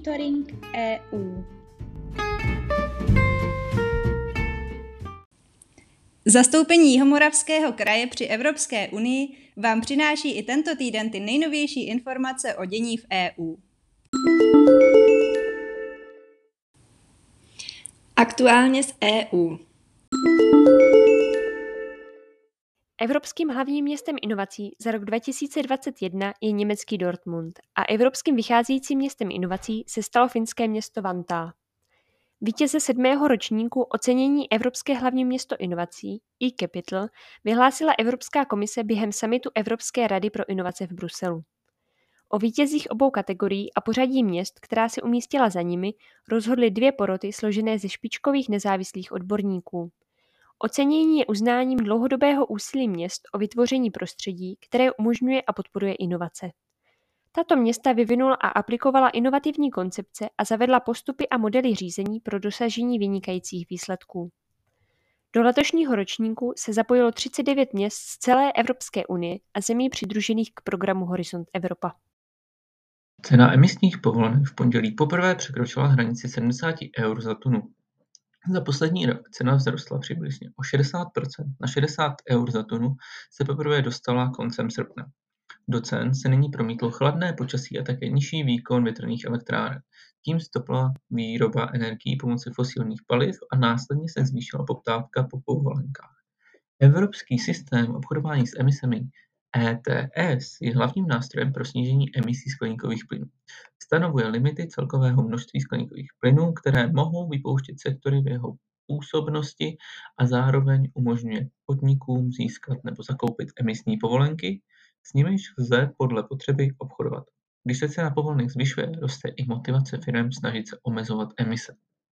Monitoring EU. Zastoupení Jihomoravského kraje při Evropské unii vám přináší i tento týden ty nejnovější informace o dění v EU. Aktuálně z EU. Evropským hlavním městem inovací za rok 2021 je německý Dortmund a evropským vycházejícím městem inovací se stalo finské město Vantaa. Vítěze 7. ročníku ocenění Evropské hlavní město inovací eCapital vyhlásila Evropská komise během summitu Evropské rady pro inovace v Bruselu. O vítězích obou kategorií a pořadí měst, která se umístila za nimi, rozhodly 2 poroty složené ze špičkových nezávislých odborníků. Ocenění je uznáním dlouhodobého úsilí měst o vytvoření prostředí, které umožňuje a podporuje inovace. Tato města vyvinula a aplikovala inovativní koncepce a zavedla postupy a modely řízení pro dosažení vynikajících výsledků. Do letošního ročníku se zapojilo 39 měst z celé Evropské unie a zemí přidružených k programu Horizont Evropa. Cena emisních povolenek v pondělí poprvé překročila hranici 70 € za tunu. Za poslední rok cena vzrostla přibližně o 60%, na 60 € za tunu se poprvé dostala koncem srpna. Do cen se nyní promítlo chladné počasí a také nižší výkon větrných elektráren. Tím stopla výroba energií pomocí fosilních paliv a následně se zvýšila poptávka po povolenkách. Evropský systém obchodování s emisemi ETS je hlavním nástrojem pro snížení emisí skleníkových plynů. Stanovuje limity celkového množství skleníkových plynů, které mohou vypouštět sektory v jeho působnosti a zároveň umožňuje podnikům získat nebo zakoupit emisní povolenky, s nimiž lze podle potřeby obchodovat. Když se cena povolenek zvyšuje, roste i motivace firem snažit se omezovat emise.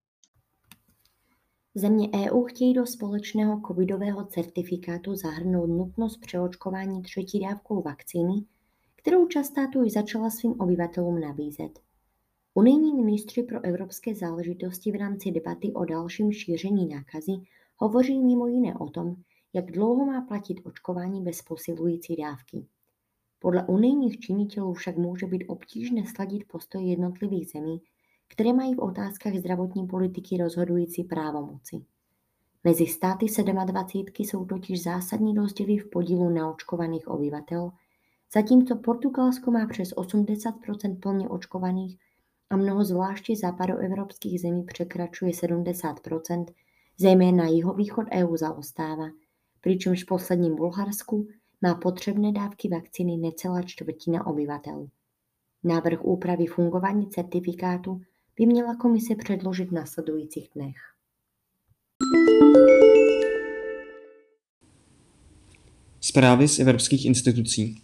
Země EU chtějí do společného covidového certifikátu zahrnout nutnost přeočkování 3. dávkou vakcíny, kterou část států již začala svým obyvatelům nabízet. Unijní ministři pro evropské záležitosti v rámci debaty o dalším šíření nákazy hovoří mimo jiné o tom, jak dlouho má platit očkování bez posilující dávky. Podle unijních činitelů však může být obtížné sladit postoj jednotlivých zemí, které mají v otázkách zdravotní politiky rozhodující právomoci. Mezi státy 27 jsou totiž zásadní rozdíly v podílu naočkovaných obyvatel, zatímco Portugalsko má přes 80% plně očkovaných a mnoho zvláště západoevropských zemí překračuje 70%, zejména jihovýchod EU zaostává, přičemž v posledním Bulharsku má potřebné dávky vakcíny necelá čtvrtina obyvatel. Návrh úpravy fungování certifikátu by měla komise předložit v následujících dnech. Zprávy z evropských institucí.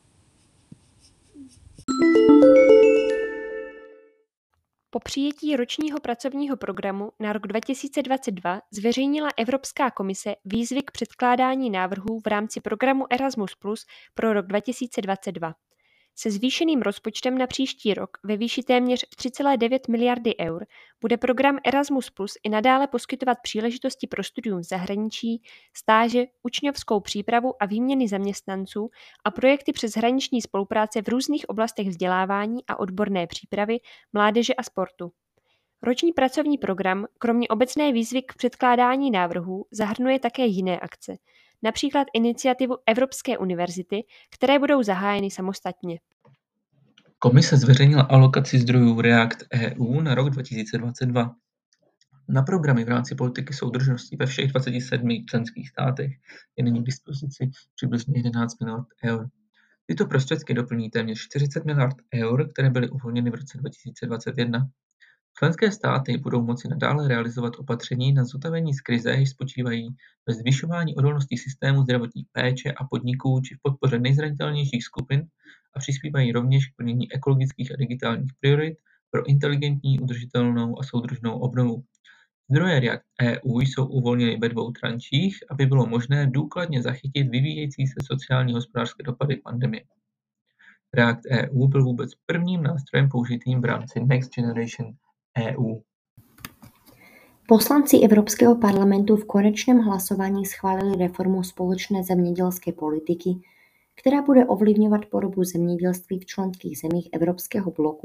Po přijetí ročního pracovního programu na rok 2022 zveřejnila Evropská komise výzvy k předkládání návrhů v rámci programu Erasmus Plus pro rok 2022. Se zvýšeným rozpočtem na příští rok ve výši téměř 3,9 miliardy eur bude program Erasmus Plus i nadále poskytovat příležitosti pro studium v zahraničí, stáže, učňovskou přípravu a výměny zaměstnanců a projekty přeshraniční spolupráce v různých oblastech vzdělávání a odborné přípravy, mládeže a sportu. Roční pracovní program, kromě obecné výzvy k předkládání návrhů, zahrnuje také jiné akce, například iniciativu Evropské univerzity, které budou zahájeny samostatně. Komise zveřejnila alokaci zdrojů REACT EU na rok 2022. Na programy v rámci politiky soudržnosti ve všech 27 členských státech je nyní k dispozici přibližně 11 miliard eur. Tyto prostředky doplní téměř 40 miliard eur, které byly uvolněny v roce 2021. Členské státy budou moci nadále realizovat opatření na zotavení z krize, jež spočívají ve zvyšování odolnosti systému zdravotní péče a podniků či v podpoře nejzranitelnějších skupin a přispívají rovněž k plnění ekologických a digitálních priorit pro inteligentní, udržitelnou a soudržnou obnovu. Zdroje REACT EU jsou uvolněny ve 2 trančích, aby bylo možné důkladně zachytit vyvíjející se sociální hospodářské dopady pandemie. REACT EU byl vůbec prvním nástrojem použitým v rámci Next Generation EU. Poslanci Evropského parlamentu v konečném hlasování schválili reformu společné zemědělské politiky, která bude ovlivňovat podobu zemědělství v členských zemích Evropského bloku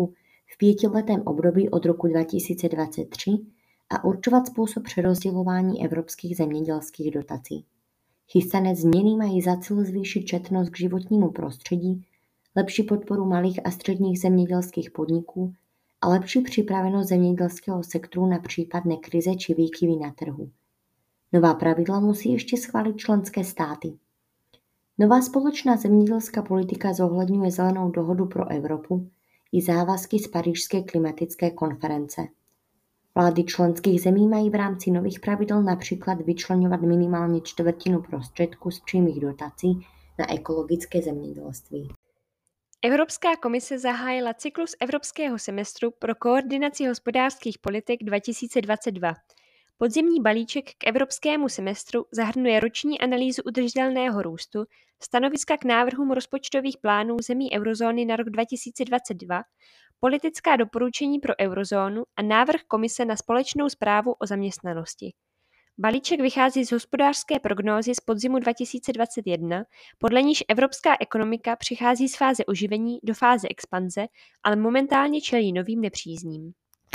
v 5letém období od roku 2023 a určovat způsob přerozdělování evropských zemědělských dotací. Chystané změny mají za cíl zvýšit četnost k životnímu prostředí, lepší podporu malých a středních zemědělských podniků a lepší připravenost zemědělského sektoru na případné krize či výkyvy na trhu. Nová pravidla musí ještě schválit členské státy. Nová společná zemědělská politika zohledňuje zelenou dohodu pro Evropu i závazky z Pařížské klimatické konference. Vlády členských zemí mají v rámci nových pravidel například vyčleňovat minimálně čtvrtinu prostředků z přímých dotací na ekologické zemědělství. Evropská komise zahájila cyklus Evropského semestru pro koordinaci hospodářských politik 2022. Podzimní balíček k Evropskému semestru zahrnuje roční analýzu udržitelného růstu, stanoviska k návrhům rozpočtových plánů zemí eurozóny na rok 2022, politická doporučení pro eurozónu a návrh komise na společnou zprávu o zaměstnanosti. Balíček vychází z hospodářské prognózy z podzimu 2021, podle níž evropská ekonomika přichází z fáze oživení do fáze expanze, ale momentálně čelí novým nepřízním.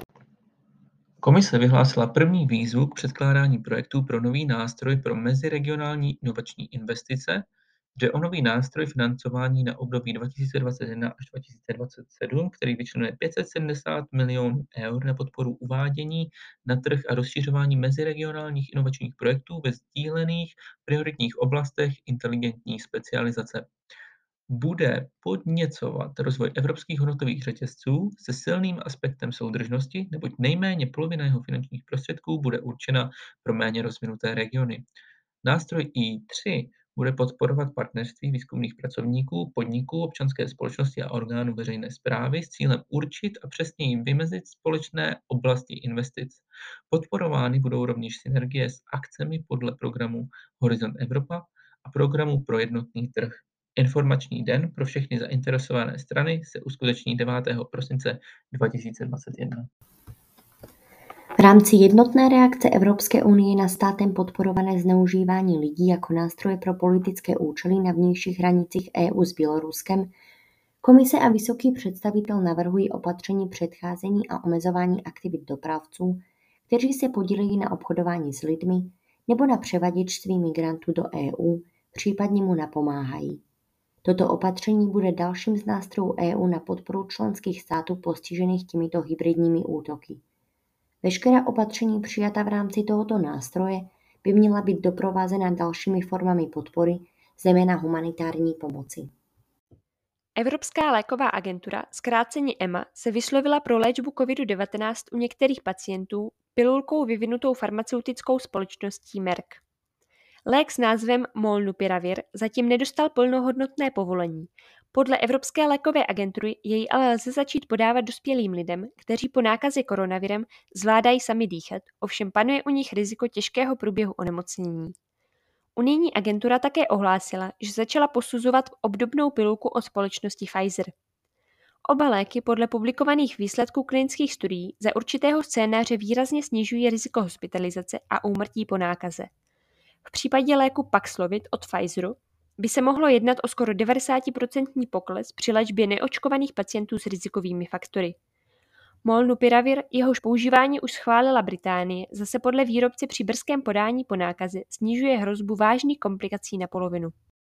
Komise vyhlásila první výzvu k předkládání projektů pro nový nástroj pro meziregionální inovační investice. Jde o nový nástroj financování na období 2021 až 2027, který vyčlenuje 570 milionů eur na podporu uvádění na trh a rozšiřování meziregionálních inovačních projektů ve sdílených prioritních oblastech inteligentní specializace. Bude podněcovat rozvoj evropských hodnotových řetězců se silným aspektem soudržnosti, neboť nejméně polovina jeho finančních prostředků bude určena pro méně rozvinuté regiony. Nástroj I3 bude podporovat partnerství výzkumných pracovníků, podniků, občanské společnosti a orgánů veřejné správy s cílem určit a přesněji vymezit společné oblasti investic. Podporovány budou rovněž synergie s akcemi podle programu Horizont Evropa a programu pro jednotný trh. Informační den pro všechny zainteresované strany se uskuteční 9. prosince 2021. V rámci jednotné reakce Evropské unie na státem podporované zneužívání lidí jako nástroje pro politické účely na vnějších hranicích EU s Běloruskem, Komise a vysoký představitel navrhují opatření předcházení a omezování aktivit dopravců, kteří se podílejí na obchodování s lidmi nebo na převaděčství migrantů do EU, případně mu napomáhají. Toto opatření bude dalším z nástrojů EU na podporu členských států postižených těmito hybridními útoky. Veškerá opatření přijata v rámci tohoto nástroje by měla být doprovázena dalšími formami podpory, zejména humanitární pomoci. Evropská léková agentura, zkráceně EMA, se vyslovila pro léčbu COVID-19 u některých pacientů pilulkou vyvinutou farmaceutickou společností Merck. Lék s názvem Molnupiravir zatím nedostal plnohodnotné povolení. Podle Evropské lékové agentury jej ale lze začít podávat dospělým lidem, kteří po nákaze koronavirem zvládají sami dýchat, ovšem panuje u nich riziko těžkého průběhu onemocnění. Unijní agentura také ohlásila, že začala posuzovat obdobnou pilulku od společnosti Pfizer. Oba léky podle publikovaných výsledků klinických studií za určitého scénáře výrazně snižují riziko hospitalizace a úmrtí po nákaze. V případě léku Paxlovid od Pfizeru by se mohlo jednat o skoro 90% pokles při léčbě neočkovaných pacientů s rizikovými faktory. Molnupiravir, jehož používání už schválila Británie, zase podle výrobce při brzkém podání po nákaze snižuje hrozbu vážných komplikací na polovinu.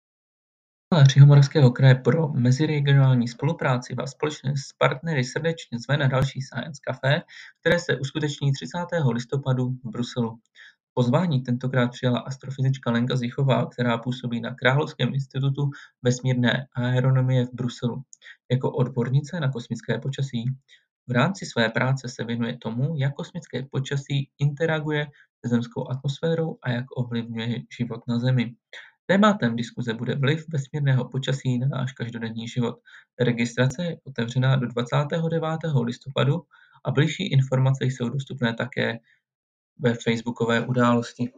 Jihomoravského kraje pro meziregionální spolupráci vás společně s partnery srdečně zve na další Science Café, které se uskuteční 30. listopadu v Bruselu. Pozvání tentokrát přijala astrofyzička Lenka Zichová, která působí na Královském institutu vesmírné aeronomie v Bruselu. Jako odbornice na kosmické počasí. V rámci své práce se věnuje tomu, jak kosmické počasí interaguje se zemskou atmosférou a jak ovlivňuje život na Zemi. Tématem diskuze bude vliv vesmírného počasí na náš každodenní život. Registrace je otevřená do 29. listopadu a bližší informace jsou dostupné také ve facebookové události.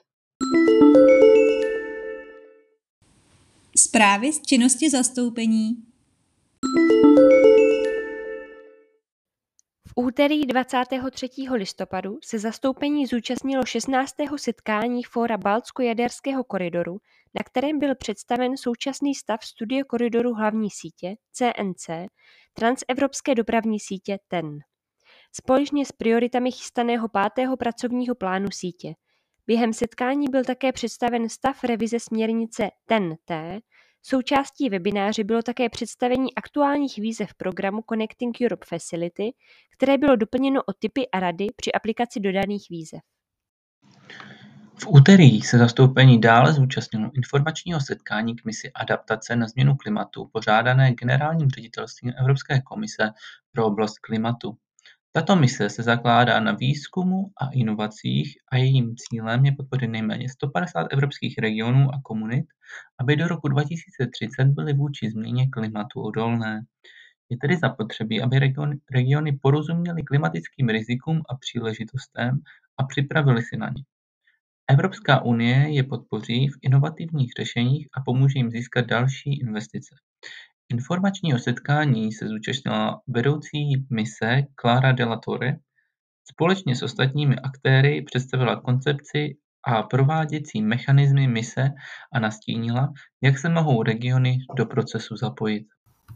Zprávy z činnosti zastoupení. úterý 23. listopadu se zastoupení zúčastnilo 16. setkání Fóra Baltsko-jaderského koridoru, na kterém byl představen současný stav studie koridoru hlavní sítě CNC, transevropské dopravní sítě TEN. Společně s prioritami chystaného 5. pracovního plánu sítě. Během setkání byl také představen stav revize směrnice TEN-T. Součástí webináře bylo také představení aktuálních výzev programu Connecting Europe Facility, které bylo doplněno o tipy a rady při aplikaci dodaných výzev. V úterý se zastoupení dále zúčastnilo informačního setkání k misi adaptace na změnu klimatu pořádané Generálním ředitelstvím Evropské komise pro oblast klimatu. Tato mise se zakládá na výzkumu a inovacích a jejím cílem je podpořit nejméně 150 evropských regionů a komunit, aby do roku 2030 byly vůči změně klimatu odolné. Je tedy zapotřebí, aby regiony porozuměly klimatickým rizikům a příležitostem a připravily si na ně. Evropská unie je podpoří v inovativních řešeních a pomůže jim získat další investice. Informačního setkání se zúčastnila vedoucí mise Clara Della Torre. Společně s ostatními aktéry představila koncepci a prováděcí mechanismy mise a nastínila, jak se mohou regiony do procesu zapojit.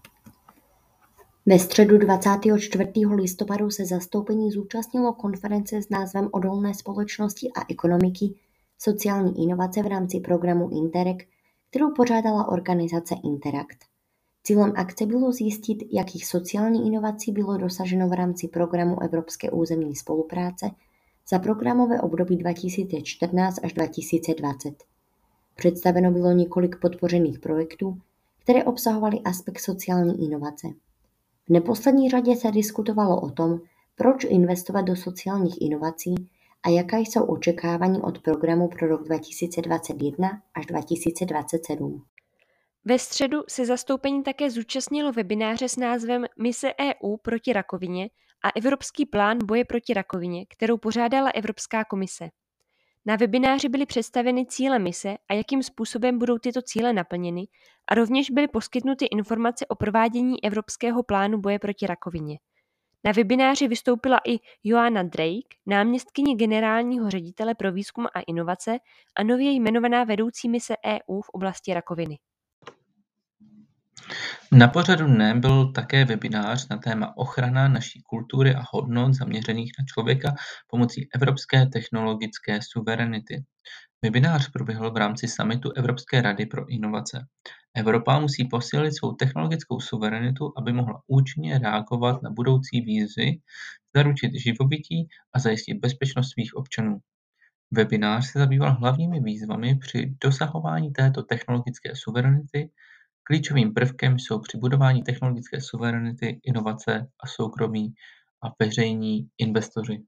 Ve středu 24. listopadu se zastoupení zúčastnilo konference s názvem Odolné společnosti a ekonomiky, sociální inovace v rámci programu Interreg, kterou pořádala organizace Interact. Cílem akce bylo zjistit, jakých sociálních inovací bylo dosaženo v rámci programu Evropské územní spolupráce za programové období 2014 až 2020. Představeno bylo několik podpořených projektů, které obsahovaly aspekt sociální inovace. V neposlední řadě se diskutovalo o tom, proč investovat do sociálních inovací a jaká jsou očekávání od programu pro rok 2021 až 2027. Ve středu se zastoupení také zúčastnilo webináře s názvem Mise EU proti rakovině a Evropský plán boje proti rakovině, kterou pořádala Evropská komise. Na webináři byly představeny cíle mise a jakým způsobem budou tyto cíle naplněny a rovněž byly poskytnuty informace o provádění Evropského plánu boje proti rakovině. Na webináři vystoupila i Joanna Drake, náměstkyně generálního ředitele pro výzkum a inovace a nově jmenovaná vedoucí mise EU v oblasti rakoviny. Na pořadu dne byl také webinář na téma ochrana naší kultury a hodnot zaměřených na člověka pomocí evropské technologické suverenity. Webinář proběhl v rámci summitu Evropské rady pro inovace. Evropa musí posílit svou technologickou suverenitu, aby mohla účinně reagovat na budoucí výzvy, zaručit živobytí a zajistit bezpečnost svých občanů. Webinář se zabýval hlavními výzvami při dosahování této technologické suverenity. Klíčovým prvkem jsou při budování technologické suverenity inovace a soukromí a veřejní investoři.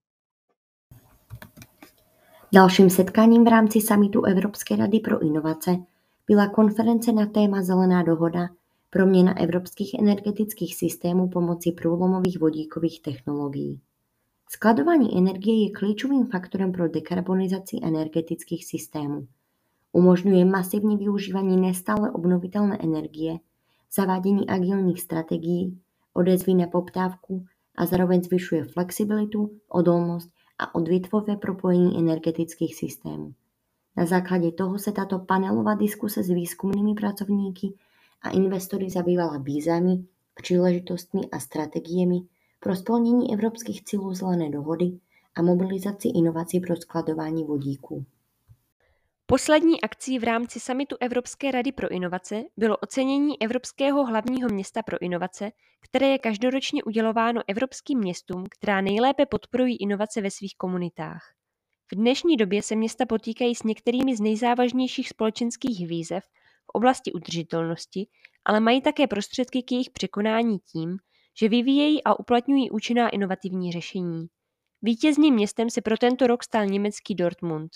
Dalším setkáním v rámci summitu Evropské rady pro inovace byla konference na téma Zelená dohoda, proměna evropských energetických systémů pomocí průlomových vodíkových technologií. Skladování energie je klíčovým faktorem pro dekarbonizaci energetických systémů. Umožňuje masivní využívání nestále obnovitelné energie, zavádění agilních strategií, odezvy na poptávku a zároveň zvyšuje flexibilitu, odolnost a odvětvové propojení energetických systémů. Na základě toho se tato panelová diskuse s výzkumnými pracovníky a investory zabývala výzvami, příležitostmi a strategiemi pro splnění evropských cílů Zelené dohody a mobilizaci inovací pro skladování vodíků. Poslední akcí v rámci summitu Evropské rady pro inovace bylo ocenění Evropského hlavního města pro inovace, které je každoročně udělováno evropským městům, která nejlépe podporují inovace ve svých komunitách. V dnešní době se města potýkají s některými z nejzávažnějších společenských výzev v oblasti udržitelnosti, ale mají také prostředky k jejich překonání tím, že vyvíjejí a uplatňují účinná inovativní řešení. Vítězným městem se pro tento rok stal německý Dortmund.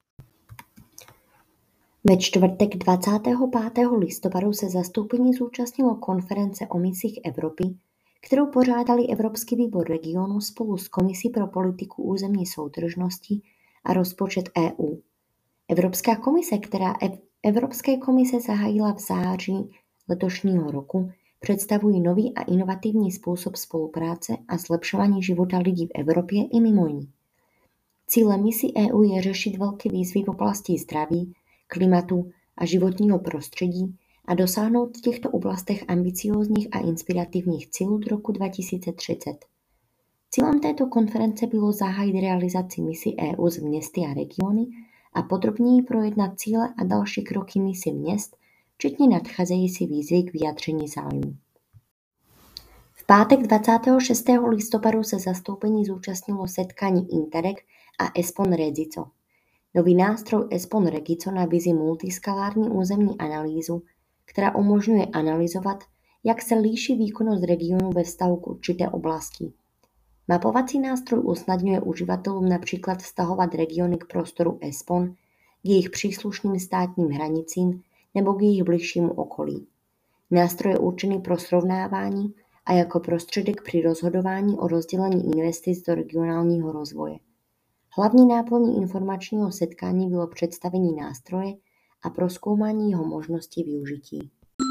Ve čtvrtek 25. listopadu se zastoupení zúčastnilo konference o misích Evropy, kterou pořádali Evropský výbor regionu spolu s Komisí pro politiku územní soudržnosti a rozpočet EU. Evropská komise, která Evropské komise zahájila v září letošního roku, Představují nový a inovativní způsob spolupráce a zlepšování života lidí v Evropě i mimo ní. Cílem misí EU je řešit velké výzvy v oblasti zdraví, klimatu a životního prostředí a dosáhnout v těchto oblastech ambiciózních a inspirativních cílů do roku 2030. Cílem této konference bylo zahájit realizaci misí EU s městy a regiony a podrobněji projednat cíle a další kroky misí měst, včetně nadcházející výzvy k vyjádření zájmu. V pátek 26. listopadu se zastoupení zúčastnilo setkání Interreg a ESPON Regico. Nový nástroj ESPON Regico nabízí multiskalární územní analýzu, která umožňuje analyzovat, jak se líší výkonnost regionu ve vztahu k určité oblasti. Mapovací nástroj usnadňuje uživatelům například vztahovat regiony k prostoru ESPON, k jejich příslušným státním hranicím nebo k jejich bližšímu okolí. Nástroj je určený pro srovnávání a jako prostředek při rozhodování o rozdělení investic do regionálního rozvoje. Hlavní náplní informačního setkání bylo představení nástroje a prozkoumání jeho možností využití.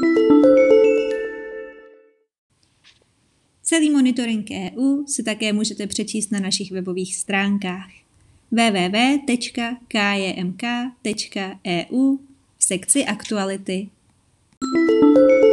Celý monitoring EU si také můžete přečíst na našich webových stránkách www.kjmk.eu v sekci Aktuality.